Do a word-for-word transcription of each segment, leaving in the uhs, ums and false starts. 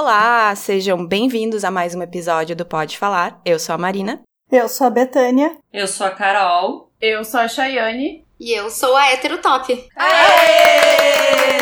Olá, sejam bem-vindos a mais um episódio do Pode Falar. Eu sou a Marina. Eu sou a Betânia. Eu sou a Carol. Eu sou a Chayane. E eu sou a Hétero Top. Aê!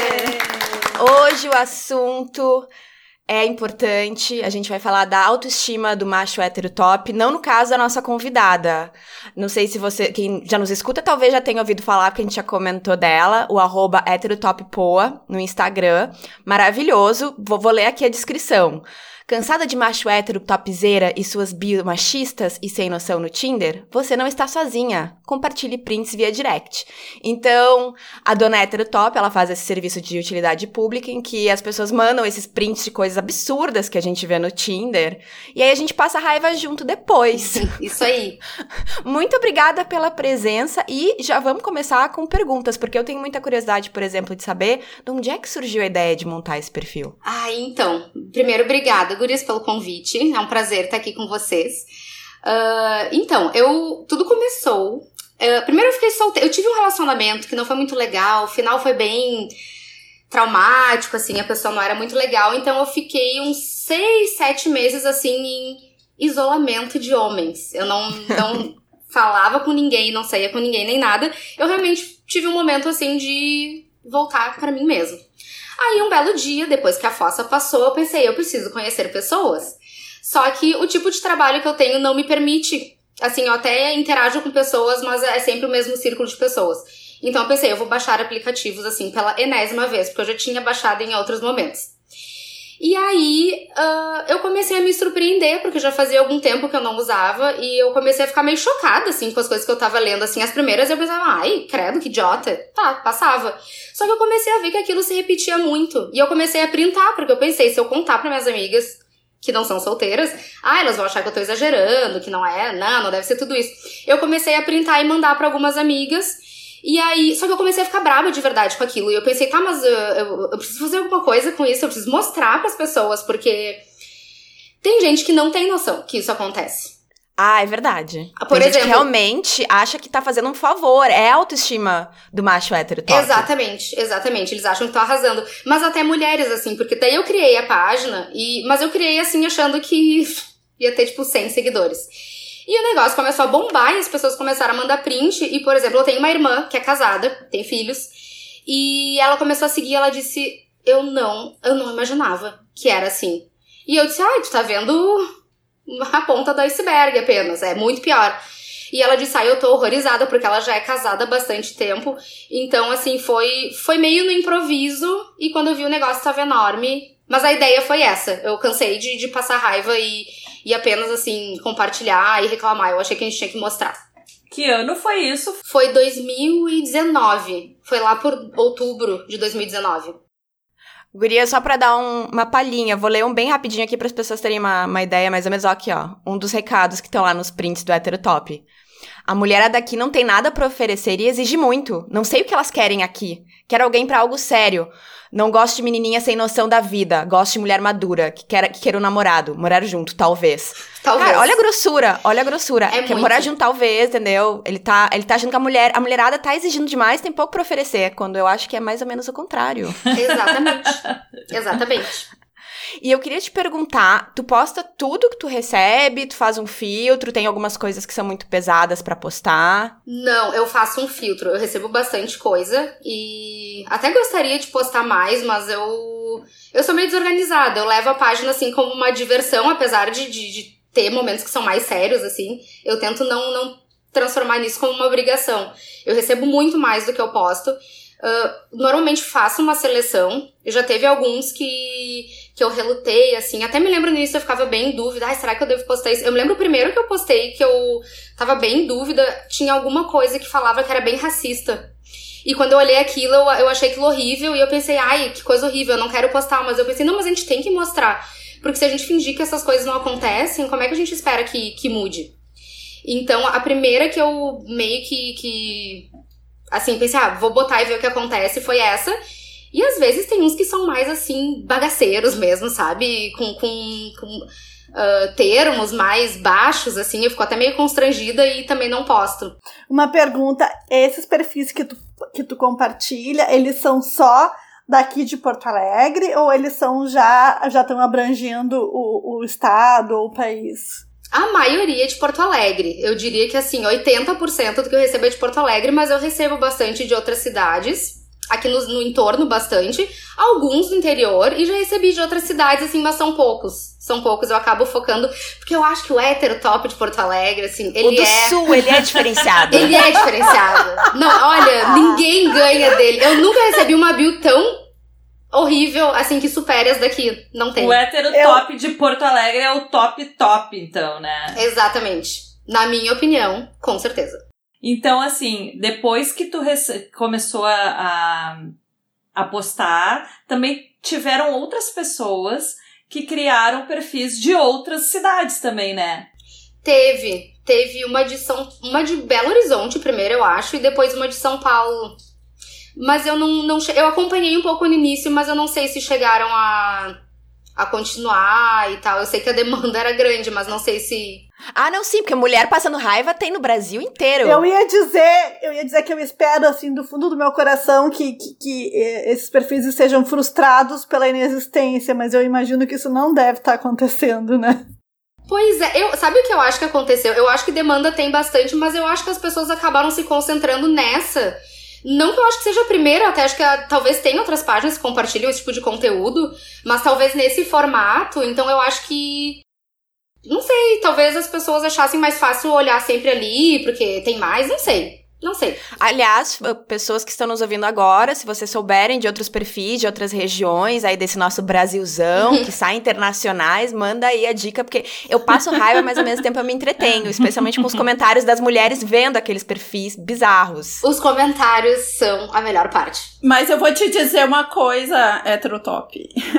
Hoje o assunto é importante, a gente vai falar da autoestima do macho hétero top, não no caso da nossa convidada. Não sei se você, quem já nos escuta, talvez já tenha ouvido falar, porque a gente já comentou dela, o arroba heterotoppoa no Instagram. Maravilhoso, vou, vou ler aqui a descrição. Cansada de macho hétero topzera e suas bio machistas e sem noção no Tinder? Você não está sozinha. Compartilhe prints via direct. Então, a dona hétero top, ela faz esse serviço de utilidade pública em que as pessoas mandam esses prints de coisas absurdas que a gente vê no Tinder. E aí a gente passa raiva junto depois. Isso aí. Muito obrigada pela presença e já vamos começar com perguntas, porque eu tenho muita curiosidade, por exemplo, de saber de onde é que surgiu a ideia de montar esse perfil. Ah, então, primeiro, obrigada, gurias, pelo convite. É um prazer estar aqui com vocês. Uh, então, eu tudo começou. Uh, primeiro eu fiquei solteira. Eu tive um relacionamento que não foi muito legal. O final foi bem traumático, assim. A pessoa não era muito legal. Então eu fiquei uns seis, sete meses, assim, em isolamento de homens. Eu não, não falava com ninguém, não saía com ninguém, nem nada. Eu realmente tive um momento, assim, de voltar pra mim mesmo. Aí, um belo dia, depois que a fossa passou, eu pensei, eu preciso conhecer pessoas. Só que o tipo de trabalho que eu tenho não me permite. Assim, eu até interajo com pessoas, mas é sempre o mesmo círculo de pessoas. Então, eu pensei, eu vou baixar aplicativos, assim, pela enésima vez, porque eu já tinha baixado em outros momentos. E aí, uh, eu comecei a me surpreender, porque já fazia algum tempo que eu não usava, e eu comecei a ficar meio chocada, assim, com as coisas que eu tava lendo, assim, as primeiras eu pensava, ai, credo, que idiota, tá, passava. Só que eu comecei a ver que aquilo se repetia muito, e eu comecei a printar, porque eu pensei, se eu contar para minhas amigas, que não são solteiras, ah, elas vão achar que eu tô exagerando, que não é, não, não deve ser tudo isso. Eu comecei a printar e mandar pra algumas amigas. E aí, só que eu comecei a ficar brava de verdade com aquilo. E eu pensei, tá, mas eu, eu, eu preciso fazer alguma coisa com isso, eu preciso mostrar pras pessoas, porque tem gente que não tem noção que isso acontece. Ah, é verdade. Por tem exemplo, gente que realmente acha que tá fazendo um favor. É a autoestima do macho hétero top. Exatamente, exatamente. Eles acham que estão arrasando. Mas até mulheres, assim, porque daí eu criei a página, e, mas eu criei, assim, achando que ia ter, tipo, cem seguidores. E o negócio começou a bombar e as pessoas começaram a mandar print. E, por exemplo, eu tenho uma irmã que é casada, tem filhos. E ela começou a seguir, ela disse, eu não, eu não imaginava que era assim. E eu disse, ai, tu tá vendo a ponta do iceberg apenas, é muito pior. E ela disse, ai, eu tô horrorizada, porque ela já é casada há bastante tempo. Então, assim, foi, foi meio no improviso. E quando eu vi o negócio tava enorme. Mas a ideia foi essa. Eu cansei de, de passar raiva e... E apenas, assim, compartilhar e reclamar. Eu achei que a gente tinha que mostrar. Que ano foi isso? Foi dois mil e dezenove. Foi lá por outubro de dois mil e dezenove. Guria, só pra dar um, uma palhinha, vou ler um bem rapidinho aqui para as pessoas terem uma, uma ideia mais ou menos. Ó, aqui, ó. Um dos recados que estão lá nos prints do hétero top. A mulherada daqui não tem nada pra oferecer e exige muito. Não sei o que elas querem aqui. Quero alguém pra algo sério. Não gosto de menininha sem noção da vida. Gosto de mulher madura, que quer, que quer um namorado. Morar junto, talvez. Talvez. Cara, olha a grossura, olha a grossura. É quer muito. morar junto, talvez, entendeu? Ele tá, ele tá achando que a mulher, a mulherada tá exigindo demais, tem pouco pra oferecer. Quando eu acho que é mais ou menos o contrário. Exatamente. Exatamente. E eu queria te perguntar, tu posta tudo que tu recebe, tu faz um filtro, tem algumas coisas que são muito pesadas pra postar? Não, eu faço um filtro. Eu recebo bastante coisa e até gostaria de postar mais, mas eu eu sou meio desorganizada. Eu levo a página, assim, como uma diversão, apesar de, de, de ter momentos que são mais sérios, assim. Eu tento não, não transformar nisso como uma obrigação. Eu recebo muito mais do que eu posto. Uh, normalmente faço uma seleção. Eu já teve alguns que, que eu relutei, assim. Até me lembro no início, eu ficava bem em dúvida. Ai, será que eu devo postar isso? Eu me lembro o primeiro que eu postei, que eu tava bem em dúvida. Tinha alguma coisa que falava que era bem racista. E quando eu olhei aquilo, eu, eu achei aquilo horrível. E eu pensei, ai, que coisa horrível, eu não quero postar. Mas eu pensei, não, mas a gente tem que mostrar. Porque se a gente fingir que essas coisas não acontecem, como é que a gente espera que, que mude? Então, a primeira que eu meio que... que assim, pensei, ah, vou botar e ver o que acontece, foi essa. E às vezes tem uns que são mais, assim, bagaceiros mesmo, sabe? Com, com, com uh, termos mais baixos, assim. Eu fico até meio constrangida e também não posto. Uma pergunta, esses perfis que tu, que tu compartilha, eles são só daqui de Porto Alegre, ou eles são já já estão abrangendo o, o estado ou o país? A maioria é de Porto Alegre. Eu diria que, assim, oitenta por cento do que eu recebo é de Porto Alegre, mas eu recebo bastante de outras cidades. Aqui no, no entorno, bastante. Alguns do interior. E já recebi de outras cidades, assim, mas são poucos. São poucos, eu acabo focando. Porque eu acho que o hétero top de Porto Alegre, assim, ele o do é... Sul, ele é diferenciado. Ele é diferenciado. Não, olha, ninguém ganha dele. Eu nunca recebi uma bio tão horrível, assim, que supere as daqui. Não tem. O hétero eu... top de Porto Alegre é o top top, então, né? Exatamente. Na minha opinião, com certeza. Então, assim, depois que tu rece- começou a, a, a postar, também tiveram outras pessoas que criaram perfis de outras cidades também, né? Teve. Teve uma de São... Uma de Belo Horizonte primeiro, eu acho, e depois uma de São Paulo. Mas eu não, não... Eu acompanhei um pouco no início, mas eu não sei se chegaram a... a continuar e tal. Eu sei que a demanda era grande, mas não sei se... Ah, não, sim, porque mulher passando raiva tem no Brasil inteiro. Eu ia dizer, eu ia dizer que eu espero, assim, do fundo do meu coração que, que, que esses perfis sejam frustrados pela inexistência, mas eu imagino que isso não deve estar acontecendo, né? Pois é, eu, sabe o que eu acho que aconteceu? Eu acho que demanda tem bastante, mas eu acho que as pessoas acabaram se concentrando nessa. Não que eu acho que seja a primeira, até acho que a, talvez tenha outras páginas que compartilham esse tipo de conteúdo, mas talvez nesse formato, então eu acho que... Não sei, talvez as pessoas achassem mais fácil olhar sempre ali, porque tem mais, não sei. Não sei. Aliás, pessoas que estão nos ouvindo agora, se vocês souberem de outros perfis, de outras regiões, aí desse nosso Brasilzão, que saem internacionais, manda aí a dica, porque eu passo raiva, mas ao mesmo tempo eu me entretenho, especialmente com os comentários das mulheres vendo aqueles perfis bizarros. Os comentários são a melhor parte. Mas eu vou te dizer uma coisa, heterotop,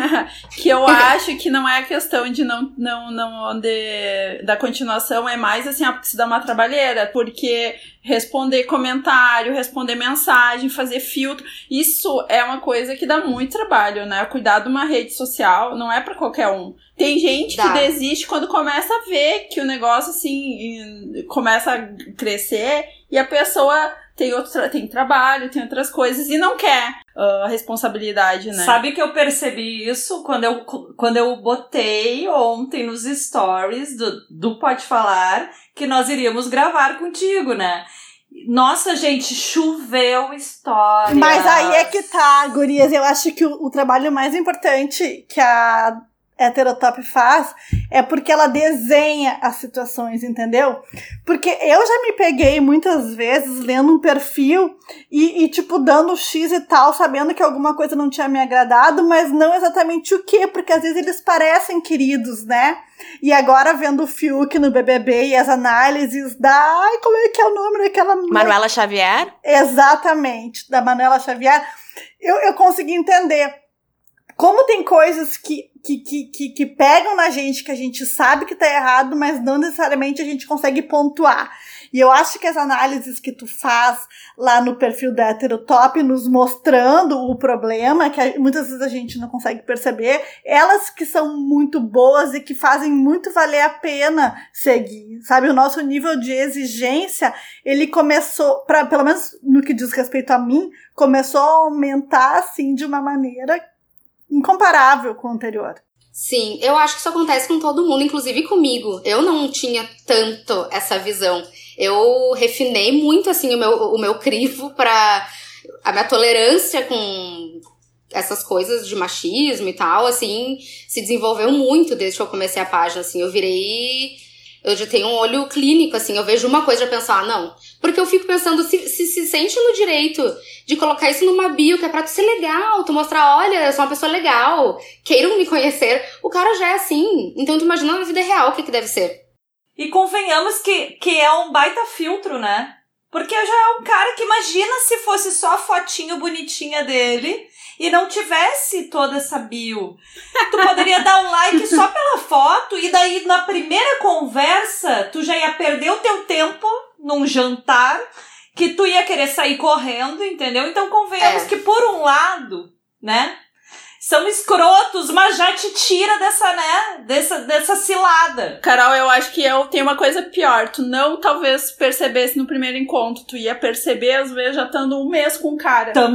que eu acho que não é a questão de não, não, não de, da continuação, é mais assim, ah, porque se dá uma trabalheira, porque responder comentário, responder mensagem, fazer filtro, isso é uma coisa que dá muito trabalho, né? Cuidar de uma rede social não é pra qualquer um. Tem gente Dá. que desiste quando começa a ver que o negócio, assim, começa a crescer e a pessoa tem, outro tra- tem trabalho, tem outras coisas e não quer a uh, responsabilidade, né? Sabe que eu percebi isso quando eu, quando eu botei ontem nos stories do, do Pode Falar que nós iríamos gravar contigo, né? Nossa, gente, choveu história. Mas aí é que tá, gurias. Eu acho que o, o trabalho mais importante que a Heterotop faz é porque ela desenha as situações, entendeu? Porque eu já me peguei muitas vezes lendo um perfil e, e tipo, dando X e tal, sabendo que alguma coisa não tinha me agradado, mas não exatamente o quê, porque às vezes eles parecem queridos, né? E agora vendo o Fiuk no B B B e as análises da... Ai, como é que é o nome daquela... Manuela Xavier? Exatamente, da Manuela Xavier. Eu, eu consegui entender como tem coisas que, que, que, que, que pegam na gente, que a gente sabe que tá errado, mas não necessariamente a gente consegue pontuar. E eu acho que as análises que tu faz lá no perfil da Heterotop, nos mostrando o problema, que muitas vezes a gente não consegue perceber, elas que são muito boas e que fazem muito valer a pena seguir, sabe? O nosso nível de exigência, ele começou, pra, pelo menos no que diz respeito a mim, começou a aumentar, assim, de uma maneira incomparável com o anterior. Sim, eu acho que isso acontece com todo mundo, inclusive comigo. Eu não tinha tanto essa visão. Eu refinei muito, assim, o meu, o meu crivo pra... A minha tolerância com essas coisas de machismo e tal, assim, se desenvolveu muito desde que eu comecei a página, assim. Eu virei... Eu já tenho um olho clínico, assim, eu vejo uma coisa e já penso, ah, não. Porque eu fico pensando, se, se se sente no direito de colocar isso numa bio, que é pra tu ser legal, tu mostrar, olha, eu sou uma pessoa legal, queiram me conhecer. O cara já é assim, então tu imagina na vida real o que que deve ser. E convenhamos que, que é um baita filtro, né? Porque já é um cara que imagina se fosse só a fotinho bonitinha dele e não tivesse toda essa bio. Tu poderia dar um like só pela foto e daí na primeira conversa tu já ia perder o teu tempo num jantar que tu ia querer sair correndo, entendeu? Então convenhamos É. que por um lado, né, são escrotos, mas já te tira dessa, né, dessa, dessa cilada. Carol, eu acho que eu tenho uma coisa pior. Tu não talvez percebesse no primeiro encontro. Tu ia perceber, às vezes, já estando um mês com o cara. Também.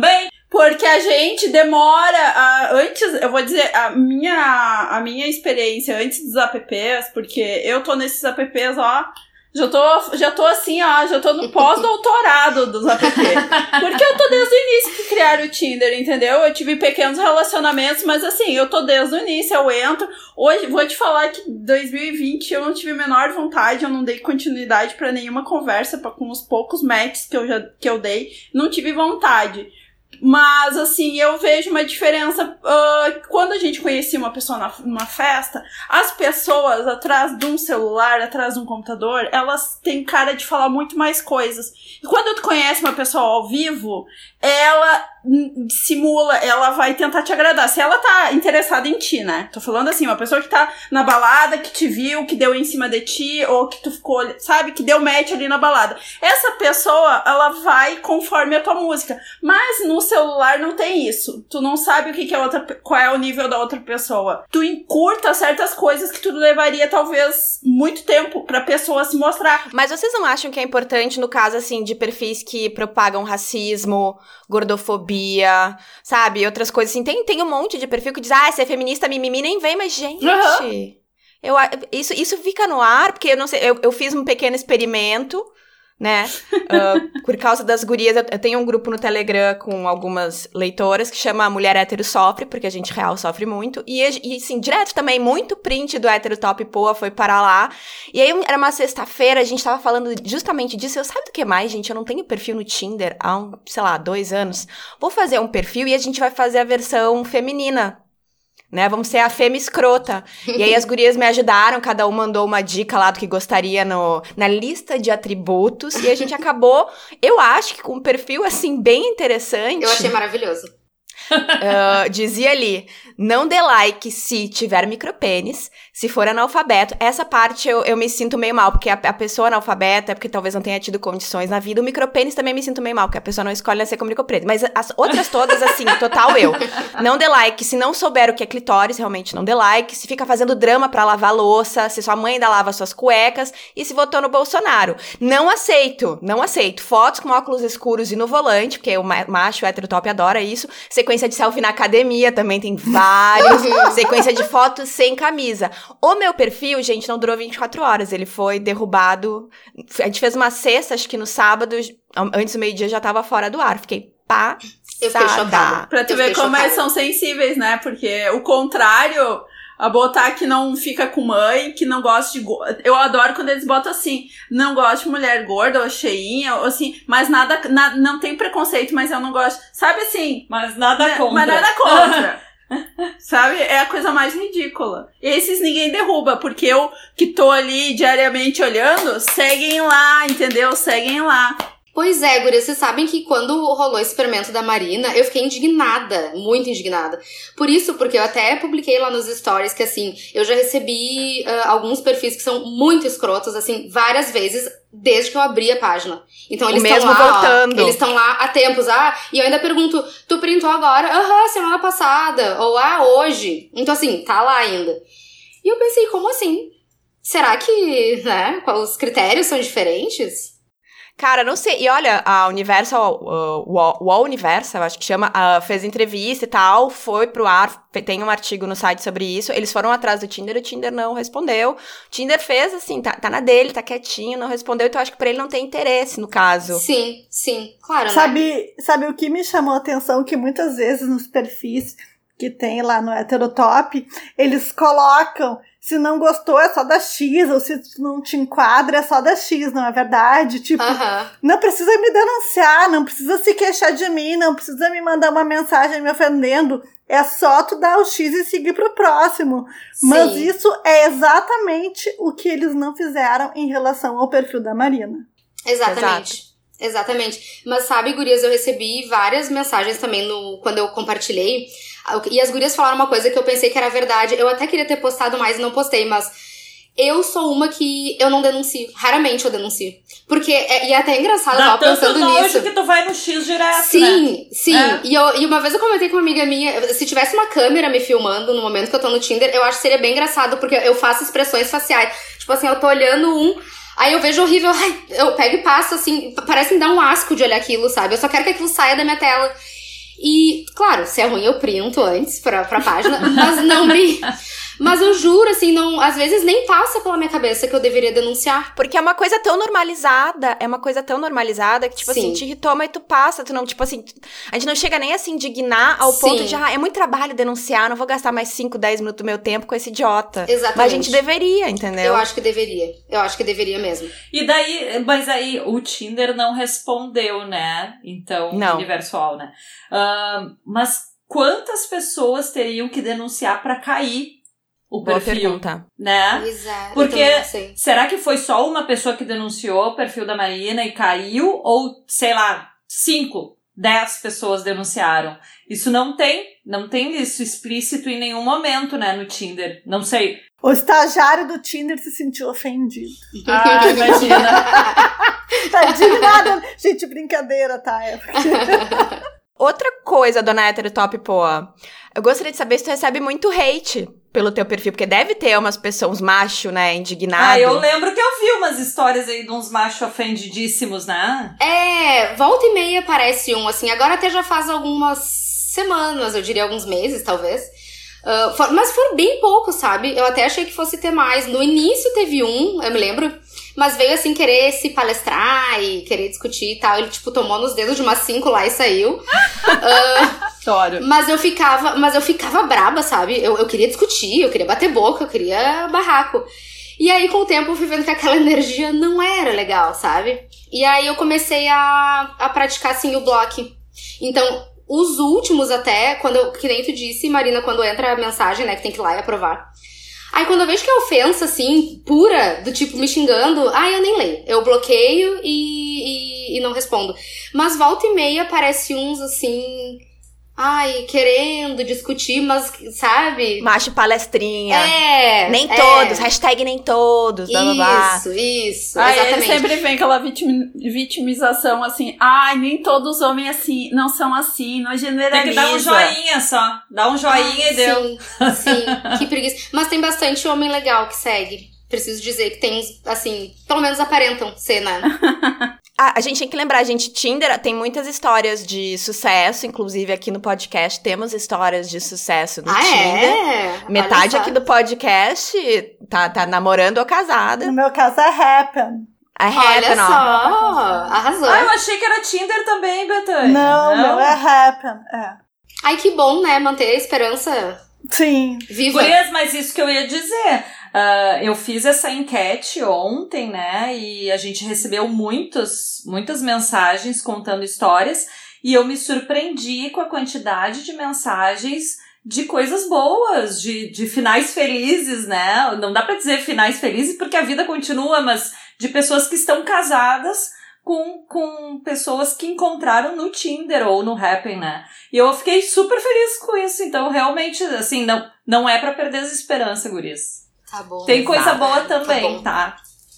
Porque a gente demora, a, antes, eu vou dizer, a minha, a minha experiência antes dos apps, porque eu tô nesses apps, ó, já tô, já tô assim, ó, já tô no pós-doutorado dos apps. Porque eu tô desde o início que criaram o Tinder, entendeu? Eu tive pequenos relacionamentos, mas assim, eu tô desde o início, eu entro. Hoje, vou te falar que em dois mil e vinte eu não tive a menor vontade, eu não dei continuidade pra nenhuma conversa, pra, com os poucos matches que eu, já, que eu dei, não tive vontade. Mas, assim, eu vejo uma diferença uh, quando a gente conhecia uma pessoa na, numa festa, as pessoas atrás de um celular, atrás de um computador, elas têm cara de falar muito mais coisas. E quando tu conhece uma pessoa ao vivo, ela simula, ela vai tentar te agradar. Se ela tá interessada em ti, né? Tô falando assim, uma pessoa que tá na balada, que te viu, que deu em cima de ti, ou que tu ficou, sabe, que deu match ali na balada. Essa pessoa, ela vai conforme a tua música. Mas no celular não tem isso. Tu não sabe o que que é outra, qual é o nível da outra pessoa. Tu encurta certas coisas que tu levaria talvez muito tempo pra pessoa se mostrar. Mas vocês não acham que é importante no caso, assim, de perfis que propagam racismo, gordofobia, sabe? Outras coisas assim. Tem, tem um monte de perfil que diz, ah, você é feminista, mimimi, nem vem, mas, gente... Uhum. Eu, isso, isso fica no ar, porque eu não sei, eu, eu fiz um pequeno experimento, né, uh, por causa das gurias, eu, eu tenho um grupo no Telegram com algumas leitoras que chama Mulher Hétero Sofre, porque a gente real sofre muito, e, e assim, direto também, muito print do Hétero Top Poa foi para lá, e aí era uma sexta-feira, a gente tava falando justamente disso, eu sabe do que mais, gente, eu não tenho perfil no Tinder há, um, sei lá, dois anos, vou fazer um perfil e a gente vai fazer a versão feminina, né, vamos ser a fêmea escrota. E aí as gurias me ajudaram, cada um mandou uma dica lá do que gostaria no, na lista de atributos, e a gente acabou, eu acho que com um perfil, assim, bem interessante. Eu achei maravilhoso. Uh, dizia ali, não dê like se tiver micropênis, se for analfabeto. Essa parte eu, eu me sinto meio mal, porque a, a pessoa analfabeta é porque talvez não tenha tido condições na vida. O micropênis também me sinto meio mal, porque a pessoa não escolhe nascer com micropênis. Mas as outras todas, assim, total eu. Não dê like se não souber o que é clitóris, realmente não dê like. Se fica fazendo drama pra lavar louça, se sua mãe ainda lava suas cuecas, e se votou no Bolsonaro. Não aceito, não aceito. Fotos com óculos escuros e no volante, porque o macho hétero top adora isso. Sequência de selfie na academia também tem vários. Sequência de fotos sem camisa. O meu perfil, gente, não durou vinte e quatro horas. Ele foi derrubado. A gente fez uma sexta, acho que no sábado, antes do meio-dia já tava fora do ar. Fiquei passada. Eu fiquei chocada. Pra tu Eu ver como chocada. eles são sensíveis, né? Porque o contrário... A botar que não fica com mãe, que não gosta de... Go- Eu adoro quando eles botam assim, não gosto de mulher gorda ou cheinha, ou assim, mas nada, na, não tem preconceito, mas eu não gosto. Sabe assim? Mas nada né, contra. Mas nada contra. Sabe? É a coisa mais ridícula. Esses ninguém derruba, porque eu que tô ali diariamente olhando, seguem lá, entendeu? Seguem lá. Pois é, guria, vocês sabem que quando rolou esse experimento da Marina, eu fiquei indignada, muito indignada. Por isso, porque eu até publiquei lá nos stories que, assim, eu já recebi uh, alguns perfis que são muito escrotos, assim, várias vezes, desde que eu abri a página. Então, eles estão lá, voltando. Ó, eles estão lá há tempos, ah, e eu ainda pergunto, tu printou agora? Aham, semana passada, ou ah, hoje. Então, assim, tá lá ainda. E eu pensei, como assim? Será que, né, os critérios são diferentes? Cara, não sei. E olha, a Universal, uh, o Wall Universal, acho que chama, uh, fez entrevista e tal, foi pro ar, tem um artigo no site sobre isso. Eles foram atrás do Tinder, o Tinder não respondeu. O Tinder fez assim, tá, tá na dele, tá quietinho, não respondeu. Então acho que pra ele não tem interesse, no caso. Sim, sim, claro, Sabe, né? sabe o que me chamou a atenção? Que muitas vezes nos perfis que tem lá no Heterotop, eles colocam, se não gostou é só da X, ou se não te enquadra é só da X, não é verdade? Tipo, uh-huh. não precisa me denunciar, não precisa se queixar de mim, não precisa me mandar uma mensagem me ofendendo, é só tu dar o X e seguir pro próximo. Sim. Mas isso é exatamente o que eles não fizeram em relação ao perfil da Marina. Exatamente. Exato. Exatamente. Mas sabe, gurias, eu recebi várias mensagens também no, quando eu compartilhei. E as gurias falaram uma coisa que eu pensei que era verdade. Eu até queria ter postado mais e não postei, mas eu sou uma que eu não denuncio. Raramente eu denuncio. Porque, é, e é até engraçado, eu tava pensando nisso. Dá tanto nojo que tu vai no X direto, Sim, né? sim. É. E, eu, e uma vez eu comentei com uma amiga minha, se tivesse uma câmera me filmando no momento que eu tô no Tinder, eu acho que seria bem engraçado, porque eu faço expressões faciais. Tipo assim, eu tô olhando um... Aí eu vejo horrível, ai, eu pego e passo assim, parece me dar um asco de olhar aquilo, sabe? Eu só quero que aquilo saia da minha tela. E, claro, se é ruim eu printo antes pra, pra página, mas não me... Mas eu juro, assim, não, às vezes nem passa pela minha cabeça que eu deveria denunciar. Porque é uma coisa tão normalizada, é uma coisa tão normalizada que, tipo Sim. assim, te irritou, mas tu passa, tu não, tipo assim, a gente não chega nem a se indignar ao Sim. ponto de, ah, é muito trabalho denunciar, não vou gastar mais cinco, dez minutos do meu tempo com esse idiota. Exatamente. Mas a gente deveria, entendeu? Eu acho que deveria. Eu acho que deveria mesmo. E daí, mas aí o Tinder não respondeu, né? Então, Não. universal, né? Uh, mas quantas pessoas teriam que denunciar pra cair o Boa perfil, pergunta. né? Exato. Porque Eu não sei. será que foi só uma pessoa que denunciou o perfil da Marina e caiu? Ou, sei lá, cinco, dez pessoas denunciaram? Isso não tem, não tem isso explícito em nenhum momento, né, no Tinder. Não sei. O estagiário do Tinder se sentiu ofendido. Ah, imagina. Tá indignado. Gente, brincadeira, tá? É porque... Outra coisa, dona Hétero Top, pô, eu gostaria de saber se tu recebe muito hate pelo teu perfil, porque deve ter umas pessoas, uns machos, né, indignados. Ah, eu lembro que eu vi umas histórias aí de uns machos ofendidíssimos, né? É, volta e meia aparece um, assim, agora até já faz algumas semanas, eu diria alguns meses, talvez. Uh, for, mas foram bem poucos, sabe? Eu até achei que fosse ter mais. No início teve um, eu me lembro, mas veio assim querer se palestrar e querer discutir e tal. Ele, tipo, tomou nos dedos de umas cinco lá e saiu. uh, Adoro. mas eu ficava, mas eu ficava braba, sabe? Eu, eu queria discutir, eu queria bater boca, eu queria barraco. E aí, com o tempo, eu fui vendo que aquela energia não era legal, sabe? E aí eu comecei a, a praticar, assim, o bloco. Então, os últimos até, quando eu, que nem tu disse, Marina, quando entra a mensagem, né, que tem que ir lá e aprovar. Aí quando eu vejo que é ofensa, assim, pura, do tipo me xingando, aí eu nem leio. Eu bloqueio e, e, e não respondo. Mas volta e meia aparece uns, assim, ai, querendo discutir, mas, sabe? Macho palestrinha. É. Nem é. todos, hashtag nem todos, blá blá blá. Isso, isso, Aí exatamente. sempre vem aquela vitim- vitimização assim, ai, nem todos os homens assim, não são assim, não generaliza. Tem que dar um joinha só. Dá um joinha Ah, e deu. Sim, sim, que preguiça. Mas tem bastante homem legal que segue. Preciso dizer que tem uns, assim, pelo menos aparentam ser, né? Ah, a gente tem que lembrar, gente, Tinder tem muitas histórias de sucesso, inclusive aqui no podcast temos histórias de sucesso no ah, Tinder. é? Metade Olha só. aqui do podcast tá, tá namorando ou casada. No meu caso é Happen. A Olha Happen, só, ó. arrasou. Ah, eu achei que era Tinder também, Betânia. Não, meu é Happen. É. Ai, que bom, né? Manter a esperança Sim. viva. Gurias, mas isso que eu ia dizer. Uh, eu fiz essa enquete ontem, né? E a gente recebeu muitos, muitas mensagens contando histórias. E eu me surpreendi com a quantidade de mensagens de coisas boas, de, de finais felizes, né? Não dá pra dizer finais felizes porque a vida continua, mas de pessoas que estão casadas com, com pessoas que encontraram no Tinder ou no Happn, né? E eu fiquei super feliz com isso. Então, realmente, assim, não, não é pra perder as esperanças, gurias. Tá bom. Tem coisa Exato. boa também, Tá bom. tá?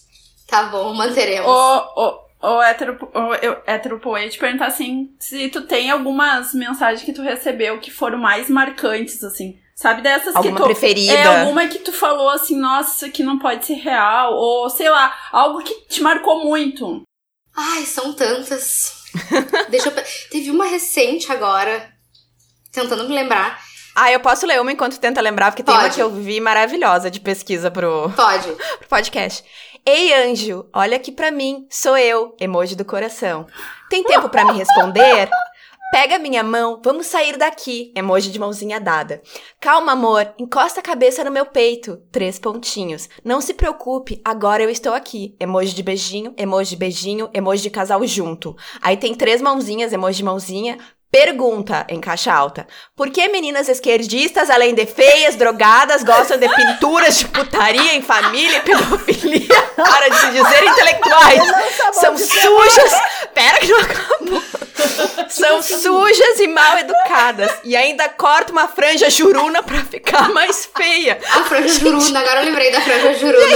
Tá bom, manteremos. Ô, ô, ô, hétero, ô, eu- hétero, eu ia te perguntar assim, se tu tem algumas mensagens que tu recebeu que foram mais marcantes, assim. Sabe, dessas Alguma que tu... preferida? É, alguma que tu falou assim, nossa, isso aqui não pode ser real. Ou, sei lá, algo que te marcou muito. Ai, são tantas. Deixa eu... pe- Teve uma recente agora, tentando me lembrar. Ah, eu posso ler uma enquanto tu tenta lembrar, porque tem uma Pode. que eu vi maravilhosa de pesquisa pro, Pode. pro podcast. Ei, anjo, olha aqui pra mim, sou eu, emoji do coração. Tem tempo pra me responder? Pega minha mão, vamos sair daqui, emoji de mãozinha dada. Calma, amor, encosta a cabeça no meu peito, três pontinhos. Não se preocupe, agora eu estou aqui, emoji de beijinho, emoji de beijinho, emoji de casal junto. Aí tem três mãozinhas, emoji de mãozinha. Pergunta, em caixa alta. Por que meninas esquerdistas, além de feias, drogadas, gostam de pinturas de putaria em família e pedofilia? Para de se dizer intelectuais. São sujas. Pera que não acabou. São sujas e mal educadas. E ainda corta uma franja juruna pra ficar mais feia. A franja juruna, agora eu lembrei da franja juruna.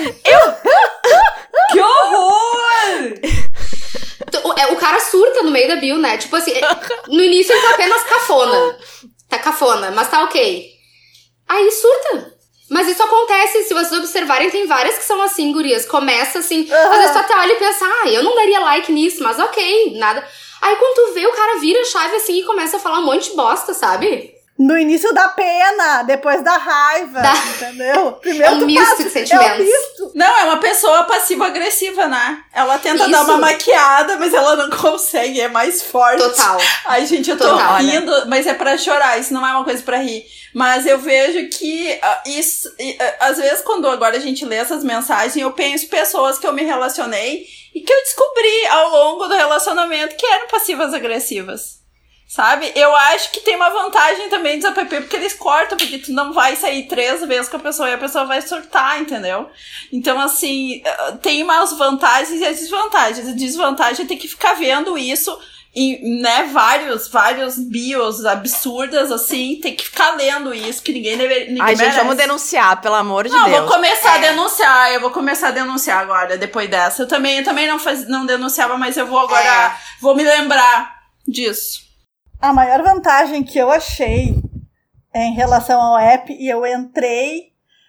Que horror! O, é, o cara surta no meio da bio, né? Tipo assim, no início ele tá apenas cafona. Tá cafona, mas tá ok. Aí surta. Mas isso acontece, se vocês observarem, tem várias que são assim, gurias. Começa assim, Uhum. às vezes tu até olha e pensa, ah, eu não daria like nisso, mas ok, nada. Aí quando tu vê, o cara vira a chave assim e começa a falar um monte de bosta, sabe? No início da pena, depois da raiva, Da... entendeu? Primeiro é um tu misto passa, de sentimentos. É um misto. Não, é uma pessoa passivo-agressiva, né? Ela tenta Isso. dar uma maquiada, mas ela não consegue, é mais forte. Total. Ai, gente, eu tô Total, rindo, olha. Mas é pra chorar, isso não é uma coisa pra rir. Mas eu vejo que uh, isso, uh, às vezes quando agora a gente lê essas mensagens, eu penso pessoas que eu me relacionei e que eu descobri ao longo do relacionamento que eram passivas-agressivas. Sabe? Eu acho que tem uma vantagem também dos app, porque eles cortam, porque tu não vai sair três vezes com a pessoa e a pessoa vai surtar, entendeu? Então, assim, tem umas vantagens e as desvantagens. A desvantagem é ter que ficar vendo isso em, né, vários, vários bios absurdas, assim, tem que ficar lendo isso, que ninguém deveria. Ninguém Ai, gente, merece. vamos denunciar, pelo amor de não, Deus. Não, vou começar é. a denunciar, eu vou começar a denunciar agora, depois dessa. Eu também, eu também não, faz, não denunciava, mas eu vou agora, é. vou me lembrar disso. A maior vantagem que eu achei em relação ao app, e eu entrei,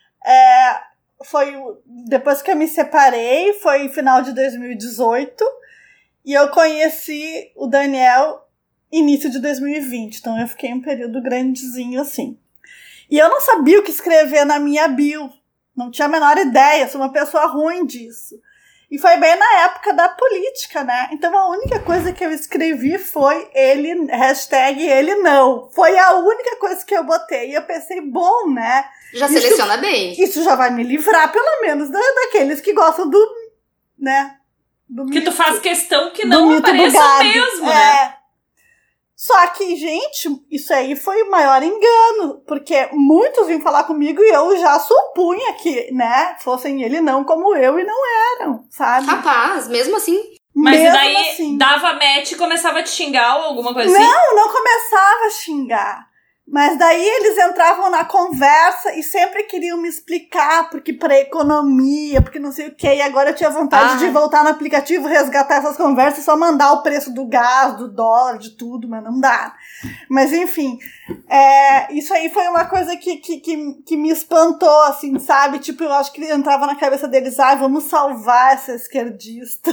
é, foi depois que eu me separei, foi final de dois mil e dezoito, e eu conheci o Daniel início de dois mil e vinte, então eu fiquei um período grandezinho assim. E eu não sabia o que escrever na minha bio, não tinha a menor ideia, sou uma pessoa ruim disso. E foi bem na época da política, né? Então a única coisa que eu escrevi foi ele, hashtag ele não. Foi a única coisa que eu botei. E eu pensei, bom, né? Já isso, seleciona bem. Isso já vai me livrar, pelo menos, da, daqueles que gostam do, né? Do que mito, tu faz questão que não apareça mesmo, é. né? Só que, gente, isso aí foi o maior engano, porque muitos vinham falar comigo e eu já supunha que, né, fossem ele não como eu e não eram, sabe? Rapaz, mesmo assim. Mas mesmo daí assim. dava match e começava a te xingar ou alguma coisa assim? Não, não começava a xingar. Mas daí eles entravam na conversa e sempre queriam me explicar, porque para economia, porque não sei o que, e agora eu tinha vontade ah. de voltar no aplicativo, resgatar essas conversas, só mandar o preço do gás, do dólar, de tudo, mas não dá. Mas enfim, é, isso aí foi uma coisa que, que, que, que me espantou, assim, sabe? Tipo, eu acho que entrava na cabeça deles, ah, vamos salvar essa esquerdista.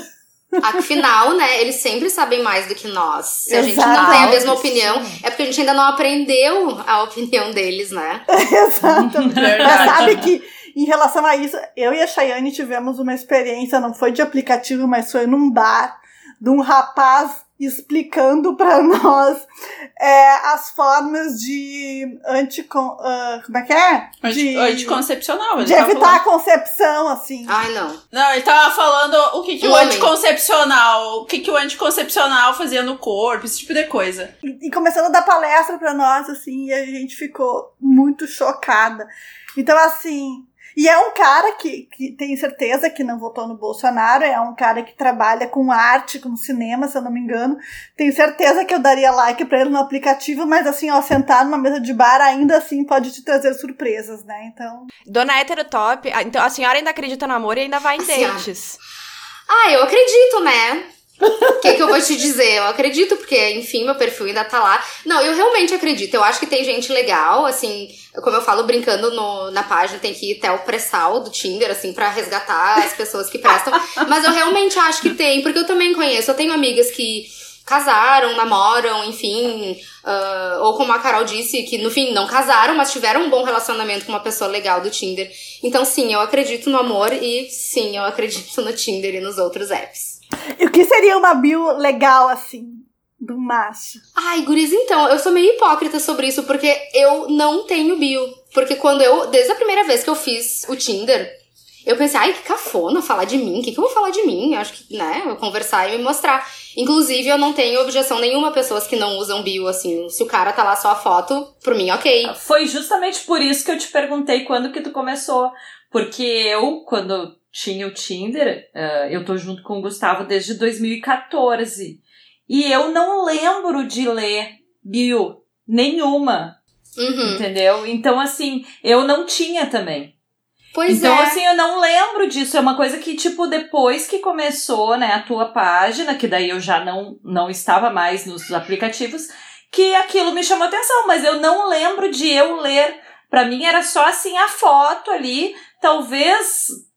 Afinal, né, eles sempre sabem mais do que nós. Se a gente não tem a mesma opinião, é porque a gente ainda não aprendeu a opinião deles, né? Exato. Mas sabe que, em relação a isso, eu e a Chayane tivemos uma experiência, não foi de aplicativo, mas foi num bar, de um rapaz explicando pra nós é, as formas de anticon... Uh, como é que é? De, anticoncepcional. Ele de evitar falando. a concepção, assim. Ai, não. Não, ele tava falando o que, que um o homem. anticoncepcional, o que, que o anticoncepcional fazia no corpo, esse tipo de coisa. E, e começando a dar palestra pra nós, assim, e a gente ficou muito chocada. Então, assim... E é um cara que, que tem certeza que não votou no Bolsonaro, é um cara que trabalha com arte, com cinema, se eu não me engano. Tenho certeza que eu daria like pra ele no aplicativo, mas assim, ó, sentar numa mesa de bar ainda assim pode te trazer surpresas, né? Então... Dona Heterotop, então a senhora ainda acredita no amor e ainda vai em dates. Ah, eu acredito, né? O que, que eu vou te dizer? Eu acredito, porque, enfim, meu perfil ainda tá lá. Não, eu realmente acredito. Eu acho que tem gente legal, assim, como eu falo brincando no, na página, tem que ir até o pré-sal do Tinder, assim, pra resgatar as pessoas que prestam. Mas eu realmente acho que tem, porque eu também conheço. Eu tenho amigas que casaram, namoram, enfim, uh, ou como a Carol disse, que no fim não casaram, mas tiveram um bom relacionamento com uma pessoa legal do Tinder. Então, sim, eu acredito no amor e, sim, eu acredito no Tinder e nos outros apps. E o que seria uma bio legal, assim, do macho? Ai, guris, então, eu sou meio hipócrita sobre isso, porque eu não tenho bio. Porque quando eu, desde a primeira vez que eu fiz o Tinder, eu pensei, ai, que cafona falar de mim, o que, que eu vou falar de mim? Eu acho que, né, eu conversar e me mostrar. Inclusive, eu não tenho objeção nenhuma a pessoas que não usam bio, assim, se o cara tá lá só a foto, por mim, ok. Foi justamente por isso que eu te perguntei quando que tu começou, porque eu, quando... tinha o Tinder, uh, eu tô junto com o Gustavo desde dois mil e catorze. E eu não lembro de ler bio nenhuma, uhum. entendeu? Então, assim, eu não tinha também. Pois então, é. Então, assim, eu não lembro disso. É uma coisa que, tipo, depois que começou, né, a tua página, que daí eu já não, não estava mais nos aplicativos, que aquilo me chamou atenção. Mas eu não lembro de eu ler. Pra mim, era só, assim, a foto ali, talvez...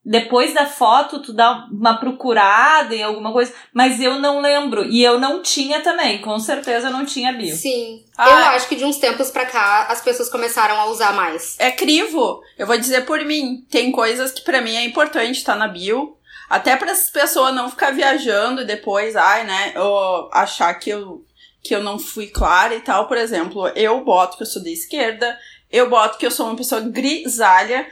depois da foto, tu dá uma procurada em alguma coisa, mas eu não lembro. E eu não tinha também, com certeza não tinha bio. Sim. Ah. Eu acho que de uns tempos pra cá, as pessoas começaram a usar mais. É crivo. Eu vou dizer por mim. Tem coisas que pra mim é importante estar na bio. Até pra essas pessoas não ficar viajando e depois, ai, né, ou achar que eu, que eu não fui clara e tal. Por exemplo, eu boto que eu sou da esquerda. Eu boto que eu sou uma pessoa grisalha.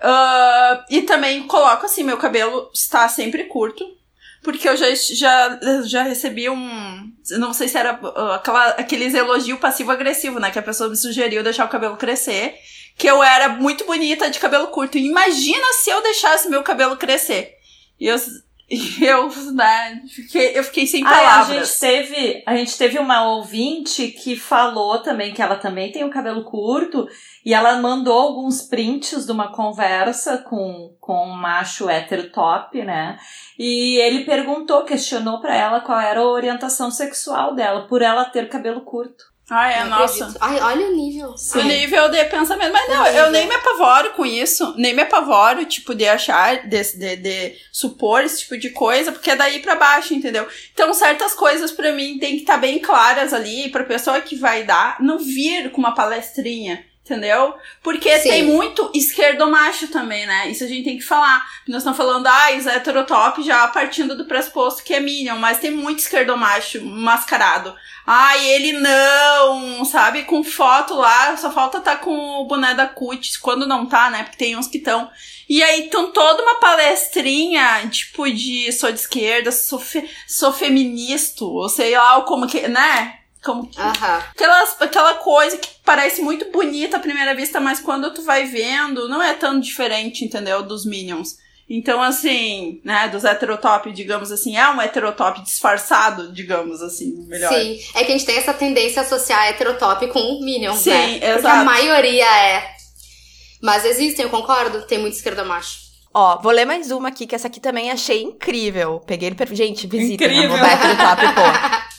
Uh, e também coloco assim, meu cabelo está sempre curto. Porque eu já, já, já recebi um... Não sei se era uh, aquela, aqueles elogios passivo-agressivo, né? Que a pessoa me sugeriu deixar o cabelo crescer. Que eu era muito bonita de cabelo curto. Imagina se eu deixasse meu cabelo crescer. E eu... Eu, né, fiquei, eu fiquei sem palavras. Ah, a gente teve, a gente teve uma ouvinte que falou também que ela também tem o cabelo curto e ela mandou alguns prints de uma conversa com, com um macho hétero top, né? E ele perguntou, questionou pra ela qual era a orientação sexual dela, por ela ter cabelo curto. Ah, é, Não nossa. acredito. Ai, olha o nível. O nível de pensamento. Mas não, eu nem me apavoro com isso. Nem me apavoro, tipo, de achar, de, de, de supor esse tipo de coisa, porque é daí pra baixo, entendeu? Então, certas coisas pra mim tem que estar tá bem claras ali, pra pessoa que vai dar, não vir com uma palestrinha. Entendeu? Porque Sim. tem muito esquerdomacho também, né? Isso a gente tem que falar. Nós estamos falando, ah, os heterotop já partindo do pressuposto que é Minion, mas tem muito esquerdomacho mascarado. Ah, ele não, sabe? Com foto lá, só falta tá com o boné da Cutis, quando não tá, né? Porque tem uns que estão. E aí estão toda uma palestrinha, tipo, de sou de esquerda, sou, fe, sou feminista, ou sei lá, como que, né? Como que, Aham. aquelas, aquela coisa que parece muito bonita à primeira vista, mas quando tu vai vendo, não é tão diferente, entendeu? Dos Minions. Então, assim, né, dos heterotop, digamos assim, é um heterotop disfarçado, digamos assim, melhor. Sim, é que a gente tem essa tendência a associar heterotop com Minions, Sim, né? exato. Porque a maioria é. Mas existem, eu concordo, tem muito esquerdomacho. Ó, vou ler mais uma aqui, que essa aqui também achei incrível. Peguei ele perfil. Gente, visita, né? Incrível. Vou dar heterotop, pô.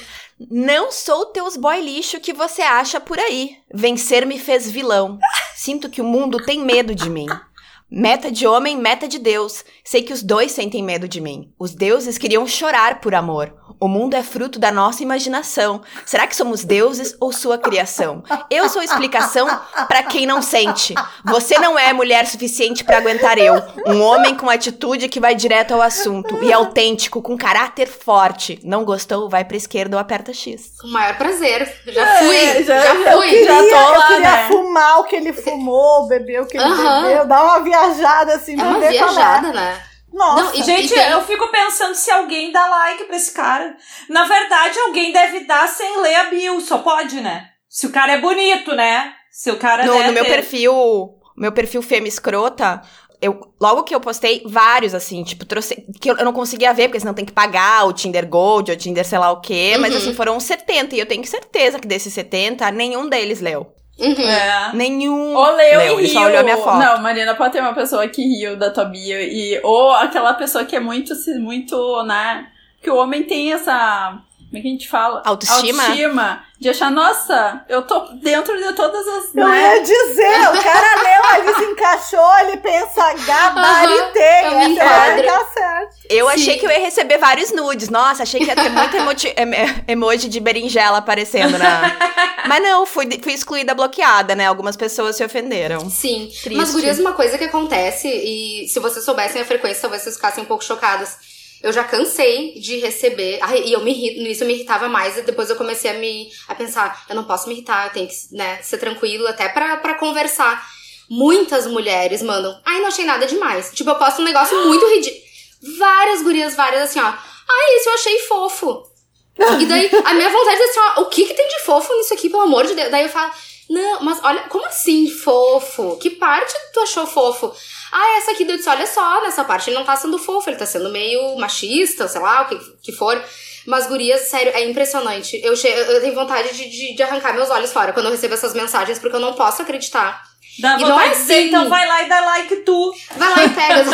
Não sou teus boy lixo que você acha por aí. Vencer me fez vilão. Sinto que o mundo tem medo de mim. Meta de homem, meta de Deus. Sei que os dois sentem medo de mim. Os deuses queriam chorar por amor. O mundo é fruto da nossa imaginação. Será que somos deuses ou sua criação? Eu sou explicação pra quem não sente. Você não é mulher suficiente pra aguentar eu. Um homem com atitude que vai direto ao assunto. E autêntico, com caráter forte. Não gostou? Vai pra esquerda ou aperta X. Com o maior prazer. Já É, fui, já- já, eu fui. queria, Já tô lá, eu queria né? fumar o que ele fumou, beber o que ele Aham. bebeu, dar uma viajada assim, É pra uma ver qual é. viajada, né? Nossa, Não, e- Gente, e tem- eu fico pensando se alguém dá like pra esse cara. Na verdade, alguém deve dar sem ler a bio, só pode, né? Se o cara é bonito, né? Se o cara No, deve no meu ter- perfil, meu perfil Fêmea Escrota, eu, logo que eu postei, vários, assim, tipo, trouxe, que eu, eu não conseguia ver, porque senão tem que pagar o Tinder Gold, o Tinder sei lá o quê, mas Uhum. assim, foram setenta, e eu tenho certeza que desses setenta, nenhum deles leu. Uhum. É. Nenhum Ou leu e leu, ele riu. só olhou a minha foto. Não, Marina, pode ter uma pessoa que riu da tua bio. E, ou aquela pessoa que é muito, muito, né? Que o homem tem essa... Como é que a gente fala? Autoestima? Autoestima. De achar, nossa, eu tô dentro de todas as... eu né? ia dizer, o cara leu, ele se encaixou, ele pensa, gabaritei, Aham, eu me essa vai enquadro. dar certo. Eu Sim. achei que eu ia receber vários nudes. Nossa, achei que ia ter muito emoti- em- emoji de berinjela aparecendo na... Mas não, fui, fui excluída, bloqueada, né? Algumas pessoas se ofenderam. Sim. Triste. Mas, gurias, uma coisa que acontece, e se vocês soubessem a frequência, talvez vocês ficassem um pouco chocadas. Eu já cansei de receber. Ai, e eu me irrito, no início eu me irritava mais, e depois eu comecei a me a pensar, eu não posso me irritar, eu tenho que, né, ser tranquilo até pra, pra conversar. Muitas mulheres mandam, ai, não achei nada demais. Tipo, eu posto um negócio muito ridículo. Várias gurias, várias assim, ó. Ai, isso eu achei fofo. E daí, a minha vontade é assim, ó, o que que tem de fofo nisso aqui, pelo amor de Deus? Daí eu falo, não, mas olha, como assim fofo? Que parte tu achou fofo? Ah, essa aqui, eu disse, olha só, nessa parte ele não tá sendo fofo, ele tá sendo meio machista, sei lá, o que, que for. Mas, gurias, sério, é impressionante. Eu, che- eu tenho vontade de, de, de arrancar meus olhos fora quando eu recebo essas mensagens, porque eu não posso acreditar. Dá E não vontade é de dizer, assim. então vai lá e dá like tu. Vai lá e pega.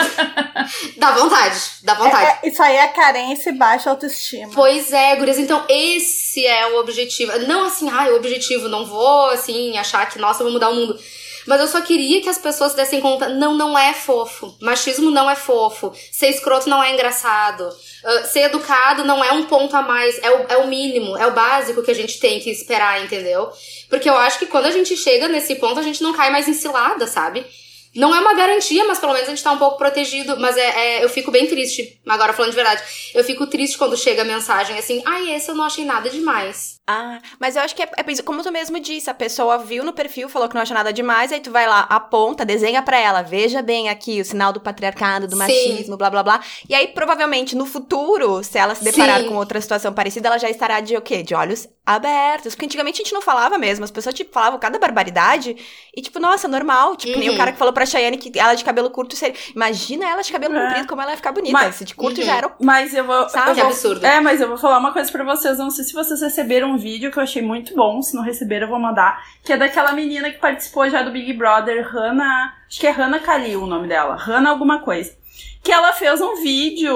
Dá vontade, dá vontade. É, isso aí é carência e baixa autoestima. Pois é, gurias, então esse é o objetivo. Não assim, ah, o objetivo, não vou, assim, achar que, nossa, eu vou mudar o mundo. Mas eu só queria que as pessoas se dessem conta, não, não é fofo. Machismo não é fofo. Ser escroto não é engraçado. Uh, ser educado não é um ponto a mais. É o, é o mínimo, é o básico que a gente tem que esperar, entendeu? Porque eu acho que quando a gente chega nesse ponto, a gente não cai mais em cilada, sabe? Não é uma garantia, mas pelo menos a gente tá um pouco protegido. Mas é, é, eu fico bem triste, agora falando de verdade. Eu fico triste quando chega a mensagem assim, ai, esse eu não achei nada demais. Ah, mas eu acho que é, é como tu mesmo disse, a pessoa viu no perfil, falou que não acha nada demais, aí tu vai lá, aponta, desenha pra ela, veja bem aqui o sinal do patriarcado, do machismo, Sim. blá, blá, blá. E aí, provavelmente, no futuro, se ela se deparar Sim. com outra situação parecida, ela já estará de o quê? De olhos abertos. Porque antigamente a gente não falava mesmo, as pessoas, tipo, falavam cada barbaridade e, tipo, nossa, normal. Tipo, uhum. nem o cara que falou pra Chayane que ela de cabelo curto seria... Imagina ela de cabelo é. comprido, como ela ia ficar bonita. Mas, se de curto uhum. já era o... Mas eu vou... Sabe? Eu que vou, absurdo. É, mas eu vou falar uma coisa pra vocês, não sei se vocês receberam um vídeo que eu achei muito bom, se não receberam eu vou mandar, que é daquela menina que participou já do Big Brother, Hannah, acho que é Hannah Kalil o nome dela, Hannah alguma coisa, que ela fez um vídeo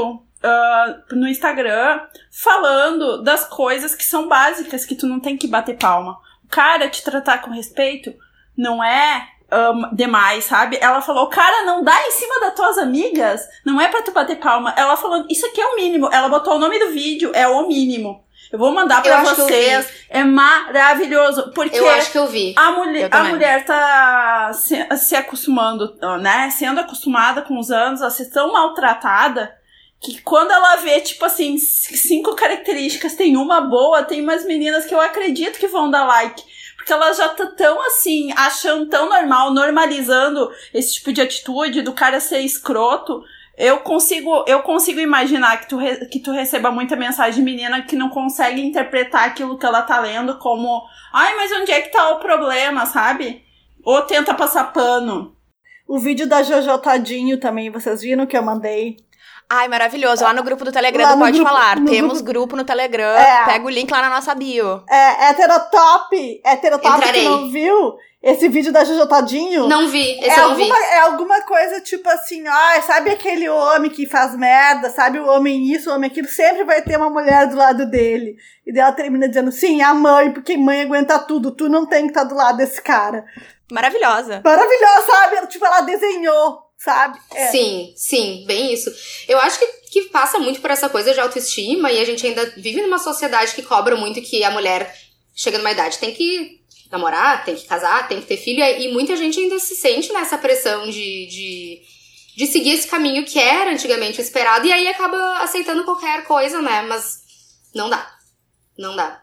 uh, no Instagram falando das coisas que são básicas, que tu não tem que bater palma. O cara te tratar com respeito não é um, demais, sabe? Ela falou, cara, não dá em cima das tuas amigas, não é pra tu bater palma. Ela falou, isso aqui é o mínimo. Ela botou o nome do vídeo, é o mínimo. Eu vou mandar pra vocês. É maravilhoso. Porque eu acho que eu vi. A, mulher, a mulher tá se, se acostumando, né? Sendo acostumada com os anos a ser tão maltratada que quando ela vê, tipo assim, cinco características, tem uma boa, tem umas meninas que eu acredito que vão dar like. Porque elas já estão tão assim, achando tão normal, normalizando esse tipo de atitude do cara ser escroto. Eu consigo, eu consigo imaginar que tu, re, que tu receba muita mensagem de menina que não consegue interpretar aquilo que ela tá lendo como ai, mas onde é que tá o problema, sabe? Ou tenta passar pano. O vídeo da Jojo Todinho também, vocês viram que eu mandei? Ai, maravilhoso. Lá no grupo do Telegram do Pode grupo, Falar. Temos grupo... grupo no Telegram. É. Pega o link lá na nossa bio. É, heterotop. Heterotop que não viu esse vídeo da Jojo Todinho? Não vi, esse é eu não alguma, vi. É alguma coisa tipo assim, ó, sabe aquele homem que faz merda, sabe o homem isso, o homem aquilo, sempre vai ter uma mulher do lado dele. E daí ela termina dizendo, sim, a mãe, porque mãe aguenta tudo, tu não tem que estar do lado desse cara. Maravilhosa. Maravilhosa, sabe? Tipo, ela desenhou. Sabe? É. Sim, sim, bem isso. Eu acho que, que passa muito por essa coisa de autoestima e a gente ainda vive numa sociedade que cobra muito que a mulher chega numa idade, tem que namorar, tem que casar, tem que ter filho, e muita gente ainda se sente nessa pressão de, de, de seguir esse caminho que era antigamente esperado, e aí acaba aceitando qualquer coisa, né? Mas não dá. Não dá.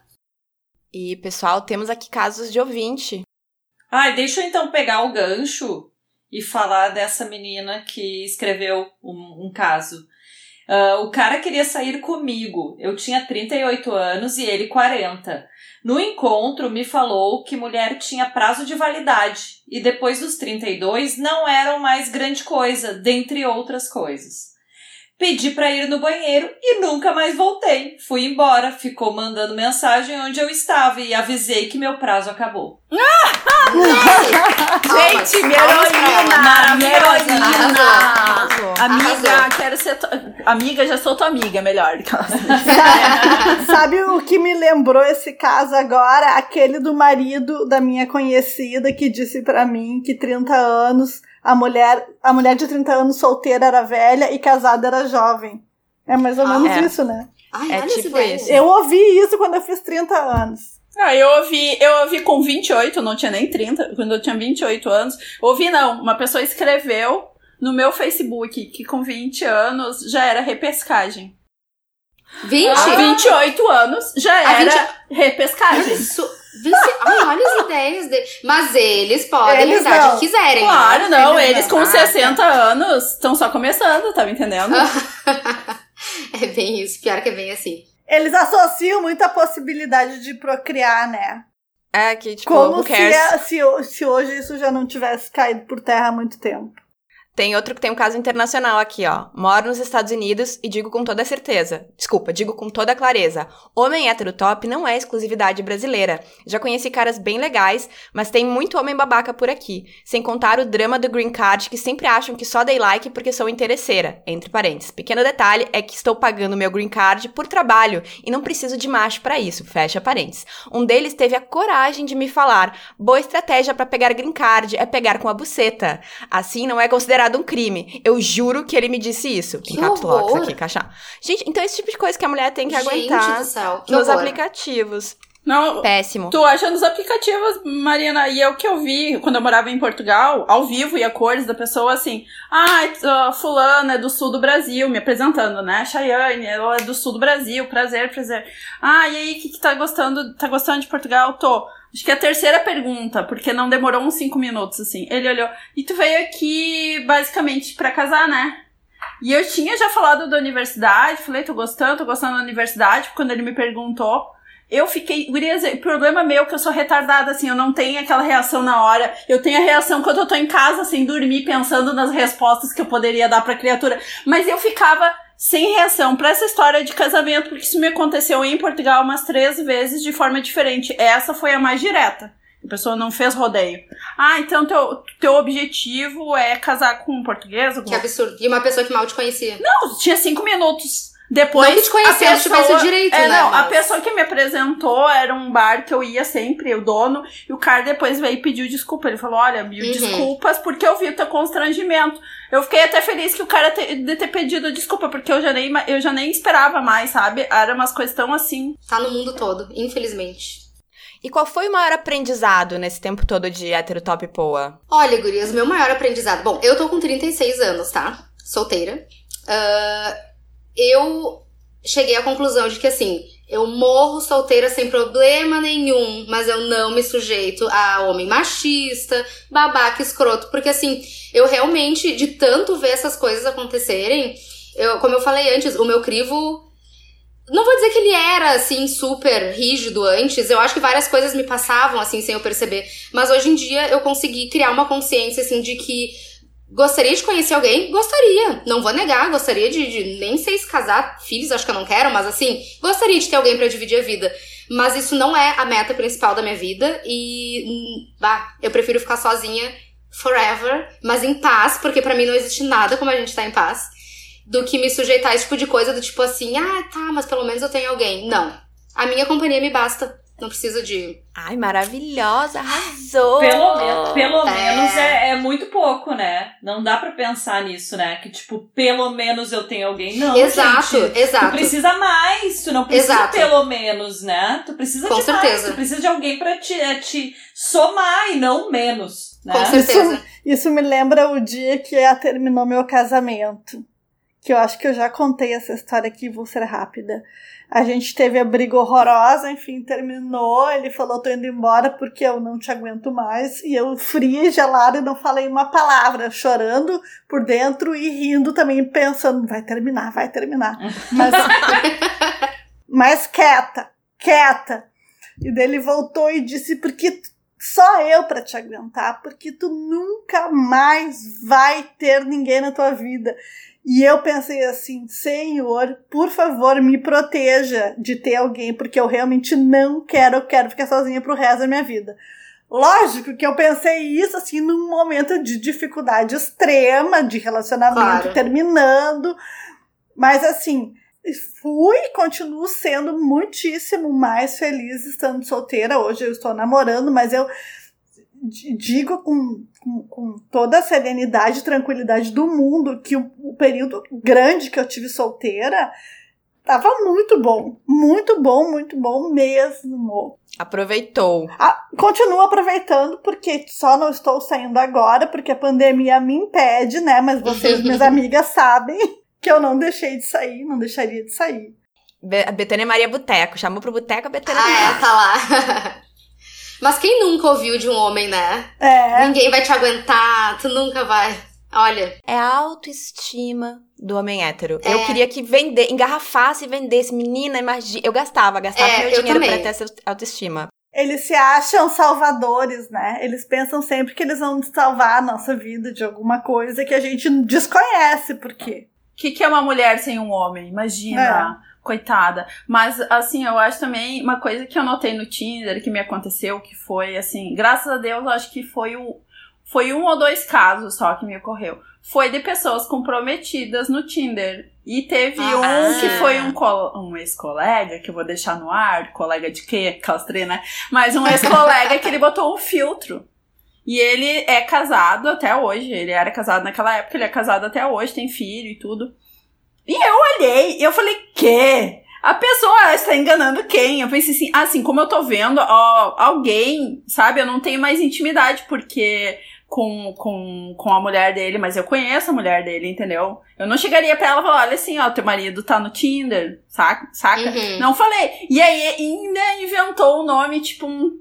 E, pessoal, temos aqui casos de ouvinte. Ai, deixa eu então pegar o gancho e falar dessa menina que escreveu um, um caso. Uh, o cara queria sair comigo. Eu tinha trinta e oito anos e ele quarenta. No encontro, me falou que mulher tinha prazo de validade e depois dos trinta e dois não eram mais grande coisa, dentre outras coisas. Pedi pra ir no banheiro e nunca mais voltei. Fui embora, ficou mandando mensagem onde eu estava e avisei que meu prazo acabou. Gente, minha heroína! Minha heroína! Amiga, quero ser... To... Amiga, já sou tua amiga, melhor. Sabe, sabe o que me lembrou esse caso agora? Aquele do marido da minha conhecida que disse pra mim que trinta anos... A mulher, a mulher de trinta anos solteira era velha e casada era jovem. É mais ou menos ah, é. isso, né? Ai, é tipo isso. Eu ouvi isso quando eu fiz trinta anos. Ah, eu ouvi, eu ouvi com vinte e oito, não tinha nem trinta, quando eu tinha vinte e oito anos. Ouvi não, uma pessoa escreveu no meu Facebook que com vinte anos já era repescagem. vinte? Ah, vinte e oito anos já era vinte... repescagem. Isso. Vice... Ai, olha as ideias dele. Mas eles podem eles a idade não. que quiserem. Claro, né? não. Eles Eles não. com Ah, sessenta anos estão só começando, tá me entendendo? É bem isso. Pior que é bem assim. Eles associam muito a possibilidade de procriar, né? É que, tipo, Como who se, cares? é, se, se hoje isso já não tivesse caído por terra há muito tempo. Tem outro que tem um caso internacional aqui, ó. Moro nos Estados Unidos e digo com toda certeza. Desculpa, digo com toda clareza. Homem hétero top não é exclusividade brasileira. Já conheci caras bem legais, mas tem muito homem babaca por aqui. Sem contar o drama do green card, que sempre acham que só dei like porque sou interesseira. Entre parênteses. Pequeno detalhe é que estou pagando meu green card por trabalho e não preciso de macho pra isso. Fecha parênteses. Um deles teve a coragem de me falar: boa estratégia pra pegar green card é pegar com a buceta. Assim não é considerado um crime. Eu juro que ele me disse isso. Que em caps locks horror. aqui, caixa. Gente, então esse tipo de coisa que a mulher tem que Gente aguentar do céu, que nos horror. aplicativos. Não, Péssimo. tu acha nos aplicativos, Marina, e é o que eu vi quando eu morava em Portugal, ao vivo e a cores da pessoa, assim, ah, fulana é do sul do Brasil, me apresentando, né, Chayane, ela é do sul do Brasil, prazer, prazer. Ah, e aí, o que que tá gostando, tá gostando de Portugal? Tô. Acho que é a terceira pergunta, porque não demorou uns cinco minutos, assim. Ele olhou, e tu veio aqui, basicamente, pra casar, né? E eu tinha já falado da universidade, falei, tô gostando, tô gostando da universidade, quando ele me perguntou, eu fiquei, gurias, o problema meu é que eu sou retardada, assim, eu não tenho aquela reação na hora, eu tenho a reação quando eu tô em casa, sem dormir, pensando nas respostas que eu poderia dar pra criatura, mas eu ficava sem reação pra essa história de casamento, porque isso me aconteceu em Portugal umas três vezes de forma diferente, essa foi a mais direta, a pessoa não fez rodeio. Ah, então teu, teu objetivo é casar com um português? Que absurdo, e uma pessoa que mal te conhecia. Não, tinha cinco minutos. Depois, não que te conhecia, se tivesse o direito, é, né? Não, mas... a pessoa que me apresentou era um bar que eu ia sempre, o dono, e o cara depois veio e pediu desculpa. Ele falou, olha, mil Uhum. desculpas porque eu vi o teu constrangimento. Eu fiquei até feliz que o cara te, de ter pedido desculpa, porque eu já, nem, eu já nem esperava mais, sabe? Era umas coisas tão assim. Tá no mundo todo, infelizmente. E qual foi o maior aprendizado nesse tempo todo de hétero top poa? Olha, gurias, meu maior aprendizado... Bom, eu tô com trinta e seis anos, tá? Solteira. Uh, eu cheguei à conclusão de que, assim, eu morro solteira sem problema nenhum, mas eu não me sujeito a homem machista, babaca, escroto, porque, assim, eu realmente, de tanto ver essas coisas acontecerem, eu, como eu falei antes, o meu crivo... Não vou dizer que ele era, assim, super rígido antes. Eu acho que várias coisas me passavam, assim, sem eu perceber. Mas hoje em dia eu consegui criar uma consciência, assim, de que gostaria de conhecer alguém? Gostaria. Não vou negar. Gostaria de, de nem sei se casar. Filhos, acho que eu não quero. Mas, assim, gostaria de ter alguém pra dividir a vida. Mas isso não é a meta principal da minha vida. E, bah, eu prefiro ficar sozinha forever. Mas em paz, porque pra mim não existe nada como a gente tá em paz. Do que me sujeitar a esse tipo de coisa, do tipo assim, ah, tá, mas pelo menos eu tenho alguém. Não. A minha companhia me basta. Não precisa de... Ai, maravilhosa, arrasou! Pelo, me- pelo É. menos é, é muito pouco, né? Não dá pra pensar nisso, né? Que, tipo, pelo menos eu tenho alguém. Não, Exato, gente. exato. Tu precisa mais, tu não precisa Exato. pelo menos, né? Tu precisa Com de certeza. mais, tu precisa de alguém pra te, é, te somar e não menos, né? Com certeza. Isso, isso me lembra o dia que terminou meu casamento. Que eu acho que eu já contei essa história aqui, vou ser rápida. A gente teve a briga horrorosa, enfim, terminou. Ele falou, tô indo embora porque eu não te aguento mais. E eu, fria e gelada, e não falei uma palavra, chorando por dentro e rindo também, pensando, vai terminar, vai terminar. Mas, mas quieta, quieta. E daí ele voltou e disse, porque só eu pra te aguentar, porque tu nunca mais vai ter ninguém na tua vida. E eu pensei assim, Senhor, por favor, me proteja de ter alguém, porque eu realmente não quero, eu quero ficar sozinha pro resto da minha vida. Lógico que eu pensei isso, assim, num momento de dificuldade extrema, de relacionamento Claro. terminando, mas assim, fui e continuo sendo muitíssimo mais feliz estando solteira. Hoje eu estou namorando, mas eu digo com, com, com toda a serenidade e tranquilidade do mundo que o, o período grande que eu tive solteira tava muito bom, muito bom, muito bom mesmo. Aproveitou. Ah, continuo aproveitando, porque só não estou saindo agora, porque a pandemia me impede, né? Mas vocês, minhas amigas, sabem que eu não deixei de sair, não deixaria de sair. Be- a Betânia Maria Boteco. Chamou pro Boteco, a Betânia Ah, é, tá lá. Mas quem nunca ouviu de um homem, né? É. Ninguém vai te aguentar, tu nunca vai. Olha. É a autoestima do homem hétero. É. Eu queria que vende, engarrafasse e vendesse. Menina, imagina. Eu gastava, gastava É, meu eu dinheiro também. pra ter essa autoestima. eles se acham salvadores, né? Eles pensam sempre que eles vão salvar a nossa vida de alguma coisa que a gente desconhece por quê. O que, que é uma mulher sem um homem? Imagina, é. Coitada. Mas, assim, eu acho também uma coisa que eu notei no Tinder, que me aconteceu, que foi, assim, graças a Deus, eu acho que foi, o, foi um ou dois casos só que me ocorreu. Foi de pessoas comprometidas no Tinder. E teve ah, um que foi um, um ex-colega, que eu vou deixar no ar, colega de quê? Castrei, né? Mas um ex-colega que ele botou um filtro. E ele é casado até hoje. Ele era casado naquela época, ele é casado até hoje, tem filho e tudo. E eu olhei e eu falei, quê? A pessoa está enganando quem? Eu pensei assim, assim, como eu tô vendo, ó, alguém, sabe? Eu não tenho mais intimidade, porque... Com, com, com a mulher dele, mas eu conheço a mulher dele, entendeu? Eu não chegaria pra ela e falar, olha assim, ó, teu marido tá no Tinder, saca? saca? Uhum. Não falei. E aí ainda inventou o nome, tipo, um,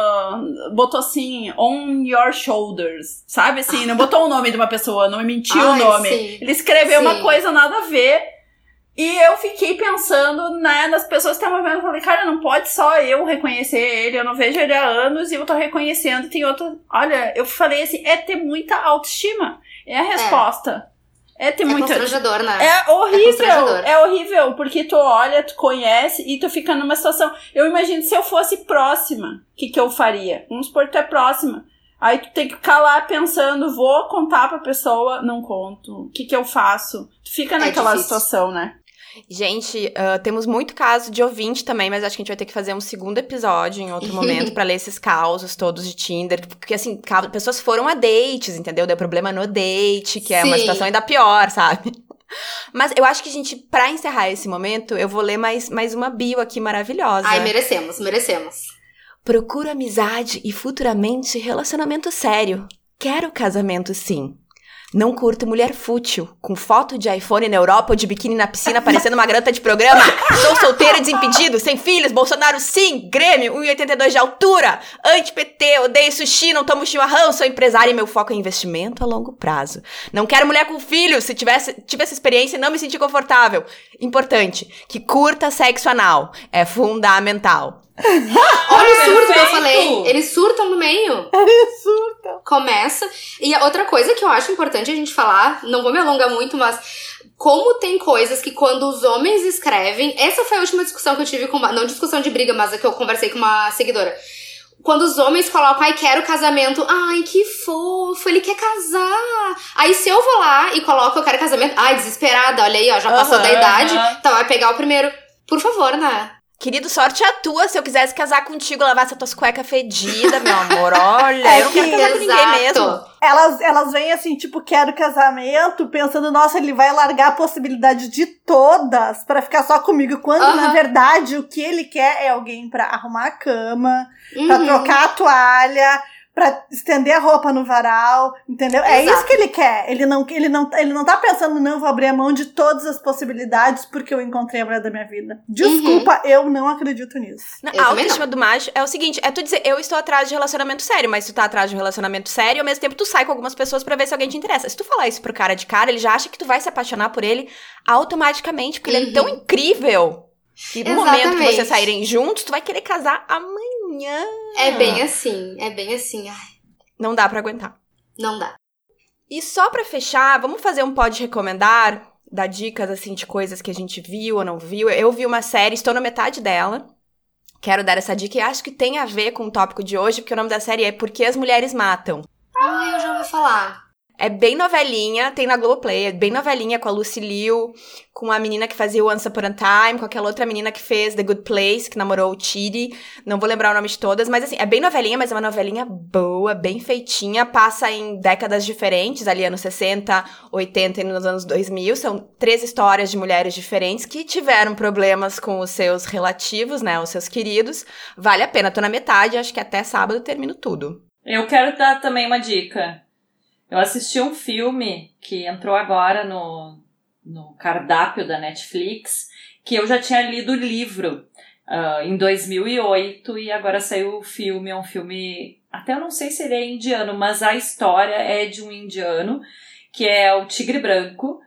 uh, botou assim, on your shoulders, sabe? Assim, não botou o nome de uma pessoa, não me mentiu Ai, o nome. Sim. Ele escreveu sim. uma coisa nada a ver. E eu fiquei pensando, né, nas pessoas que estavam vendo, eu falei, cara, não pode só eu reconhecer ele, eu não vejo ele há anos e eu tô reconhecendo, tem outra... Olha, eu falei assim, é ter muita autoestima, é a resposta. É, é ter é muita... constrangedor, né? É horrível, é, é horrível, porque tu olha, tu conhece e tu fica numa situação... Eu imagino se eu fosse próxima, o que que eu faria? Vamos supor que tu é próxima. Aí tu tem que ficar lá pensando, vou contar pra pessoa, não conto, o que que eu faço? Tu fica naquela é situação, né? Gente, uh, temos muito caso de ouvinte também, mas acho que a gente vai ter que fazer um segundo episódio em outro momento pra ler esses causos todos de Tinder. Porque, assim, pessoas foram a dates, entendeu? Deu problema no date, que é Sim. uma situação ainda pior, sabe? Mas eu acho que a gente, pra encerrar esse momento, eu vou ler mais, mais uma bio aqui maravilhosa. Ai, merecemos, merecemos. Procuro amizade e futuramente relacionamento sério. Quero casamento, sim. Não curto mulher fútil, com foto de iPhone na Europa ou de biquíni na piscina parecendo uma garota de programa. Sou solteira, desimpedido, sem filhos, Bolsonaro sim, Grêmio, um metro e oitenta e dois de altura, anti-P T, odeio sushi, não tomo chimarrão, sou empresária e meu foco é investimento a longo prazo. Não quero mulher com filhos, se tivesse, tive essa experiência e não me senti confortável. Importante, que curta sexo anal, é fundamental. Olha o surto que eu falei. Eles surtam no meio. Eles surtam. Começa. E a outra coisa que eu acho importante a gente falar, não vou me alongar muito, mas como tem coisas que quando os homens escrevem, essa foi a última discussão que eu tive com uma, não discussão de briga, mas a que eu conversei com uma seguidora. Quando os homens colocam, ai, quero casamento, ai, que fofo, ele quer casar. Aí se eu vou lá e coloco, eu quero casamento, ai, desesperada, olha aí, ó, já passou uhum, da idade, uhum. Então vai pegar o primeiro. Por favor, né? Querido, sorte a tua. Se eu quisesse casar contigo, lavar essa tuas cuecas fedidas, meu amor. Olha, é eu não quero casar com ninguém mesmo. Elas, elas vêm assim, tipo, quero casamento, pensando, nossa, ele vai largar a possibilidade de todas pra ficar só comigo. Quando, uhum. na verdade, o que ele quer é alguém pra arrumar a cama, uhum. pra trocar a toalha, pra estender a roupa no varal, entendeu? Exato. É isso que ele quer. Ele não, ele, não, ele não tá pensando, não, vou abrir a mão de todas as possibilidades porque eu encontrei a mulher da minha vida. Desculpa, uhum. eu não acredito nisso. Não, a autoestima do macho é o seguinte, é tu dizer, eu estou atrás de relacionamento sério, mas tu tá atrás de um relacionamento sério e ao mesmo tempo tu sai com algumas pessoas pra ver se alguém te interessa. Se tu falar isso pro cara de cara, ele já acha que tu vai se apaixonar por ele automaticamente, porque uhum. ele é tão incrível que no Exatamente. momento que vocês saírem juntos, tu vai querer casar amanhã. É bem assim, é bem assim. Ai. Não dá pra aguentar. Não dá. E só pra fechar, vamos fazer um pode recomendar, dar dicas, assim, de coisas que a gente viu ou não viu. Eu vi uma série, estou na metade dela. Quero dar essa dica e acho que tem a ver com o tópico de hoje, porque o nome da série é Por que as Mulheres Matam. Ah, eu já ouvi falar. É bem novelinha, tem na Globoplay, é bem novelinha com a Lucy Liu, com a menina que fazia Once Upon a Time, com aquela outra menina que fez The Good Place, que namorou o Chidi, não vou lembrar o nome de todas, mas assim, é bem novelinha, mas é uma novelinha boa, bem feitinha, passa em décadas diferentes, ali anos sessenta, oitenta e nos anos dois mil, são três histórias de mulheres diferentes que tiveram problemas com os seus relativos, né, os seus queridos, vale a pena, tô na metade, acho que até sábado termino tudo. Eu quero dar também uma dica. Eu assisti um filme que entrou agora no, no cardápio da Netflix, que eu já tinha lido o livro uh, em dois mil e oito e agora saiu o filme. É um filme, até eu não sei se ele é indiano, mas a história é de um indiano, que é o Tigre Branco,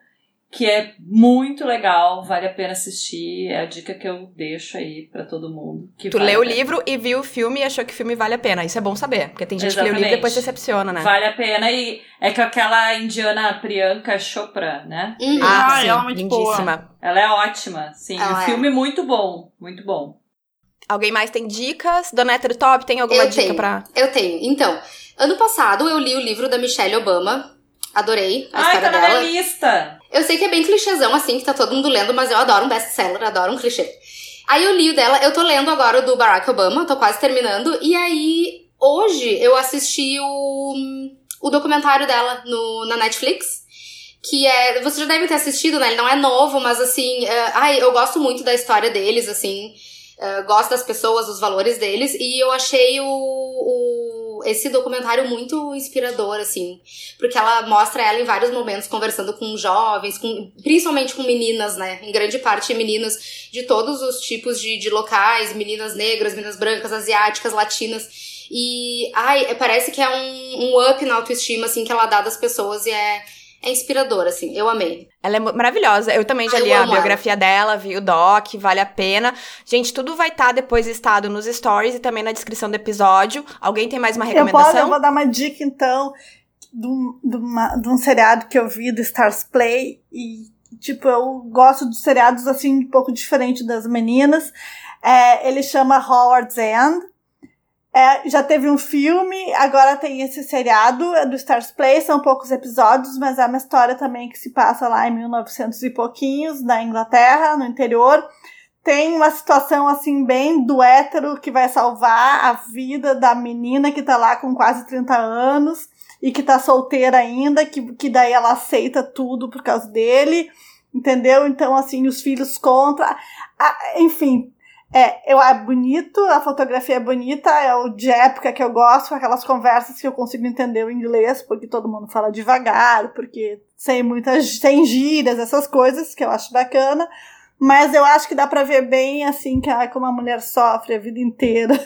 que é muito legal, vale a pena assistir, é a dica que eu deixo aí pra todo mundo. Que tu vale leu o livro e viu o filme e achou que o filme vale a pena, isso é bom saber, porque tem gente Exatamente. que lê o livro e depois se decepciona, né? Vale a pena, e é com aquela indiana Priyanka Chopra, né? Uhum. Ah, ah, sim, ela é muito lindíssima. Boa. Ela é ótima, sim, o um filme é. muito bom, muito bom. Alguém mais tem dicas? Dona Hétero Top, tem alguma eu dica tenho, pra... Eu tenho, então, ano passado eu li o livro da Michelle Obama. Adorei a Ai, história tá dela. na minha lista. Eu sei que é bem clichêzão, assim, que tá todo mundo lendo, mas eu adoro um best-seller, adoro um clichê. Aí eu li o dela, eu tô lendo agora o do Barack Obama, tô quase terminando, e aí, hoje, eu assisti o, o documentário dela no, na Netflix, que é, você já deve ter assistido, né, ele não é novo, mas assim, uh, ai, eu gosto muito da história deles, assim, uh, gosto das pessoas, dos valores deles, e eu achei o... o esse documentário muito inspirador, assim, porque ela mostra ela em vários momentos conversando com jovens, com, principalmente com meninas, né, em grande parte meninas de todos os tipos de, de locais, meninas negras, meninas brancas, asiáticas, latinas, e, ai, parece que é um, um up na autoestima, assim, que ela dá das pessoas e é... É inspiradora, assim, eu amei. Ela é maravilhosa, eu também já ah, li a biografia ela. dela, vi o doc, vale a pena. Gente, tudo vai estar tá depois listado nos stories e também na descrição do episódio. Alguém tem mais uma recomendação? Eu, posso, eu vou dar uma dica, então, de um, de, uma, de um seriado que eu vi, do Stars Play, e, tipo, eu gosto de seriados, assim, um pouco diferente das meninas. É, ele chama Howard's End. É, já teve um filme, agora tem esse seriado, é do Stars Play, são poucos episódios, mas é uma história também que se passa lá em mil e novecentos e pouquinhos, na Inglaterra, no interior. Tem uma situação, assim, bem do hétero que vai salvar a vida da menina que tá lá com quase trinta anos e que tá solteira ainda, que, que daí ela aceita tudo por causa dele, entendeu? Então, assim, os filhos contra... Ah, enfim... É, eu, é bonito, a fotografia é bonita, é o de época que eu gosto, aquelas conversas que eu consigo entender o inglês, porque todo mundo fala devagar, porque sem muitas, sem gírias, essas coisas, que eu acho bacana, mas eu acho que dá pra ver bem, assim, que, ai, como a mulher sofre a vida inteira.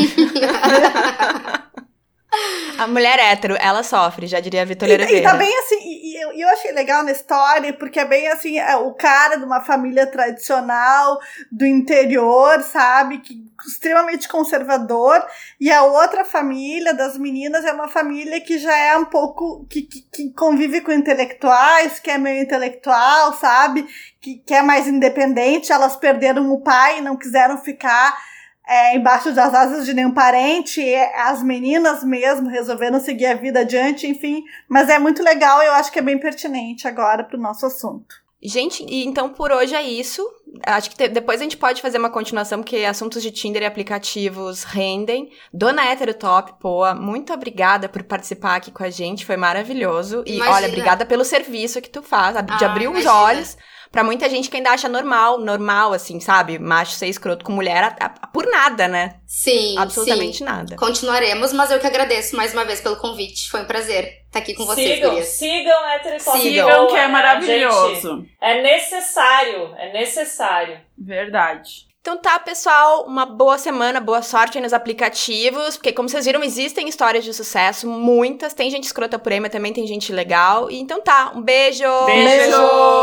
A mulher hétero, ela sofre, já diria a Vitória Oliveira. E tá bem assim, e, e eu, eu achei legal na história, porque é bem assim, é o cara de uma família tradicional, do interior, sabe, que extremamente conservador, e a outra família das meninas é uma família que já é um pouco, que, que, que convive com intelectuais, que é meio intelectual, sabe, que, que é mais independente, elas perderam o pai e não quiseram ficar É, embaixo das asas de nenhum parente, as meninas mesmo resolveram seguir a vida adiante, enfim, mas é muito legal e eu acho que é bem pertinente agora pro nosso assunto. Gente, e então por hoje é isso. Acho que te, depois a gente pode fazer uma continuação, porque assuntos de Tinder e aplicativos rendem. Dona Hétero Top, Poa, muito obrigada por participar aqui com a gente, foi maravilhoso. E Imagina. Olha, obrigada pelo serviço que tu faz, de ah, abrir os imagina. olhos pra muita gente que ainda acha normal, normal, assim, sabe? Macho ser escroto com mulher a, a, por nada, né? Sim, Absolutamente sim. nada. Continuaremos, mas eu que agradeço mais uma vez pelo convite. Foi um prazer estar aqui com vocês, sigam, gurias. Sigam Hétero Top. Sigam, que é maravilhoso. Gente, é necessário, é necessário. Verdade. Então tá, pessoal, uma boa semana, boa sorte aí nos aplicativos, porque como vocês viram, existem histórias de sucesso, muitas, tem gente escrota por aí, mas também tem gente legal, e então tá, um beijo! Beijo!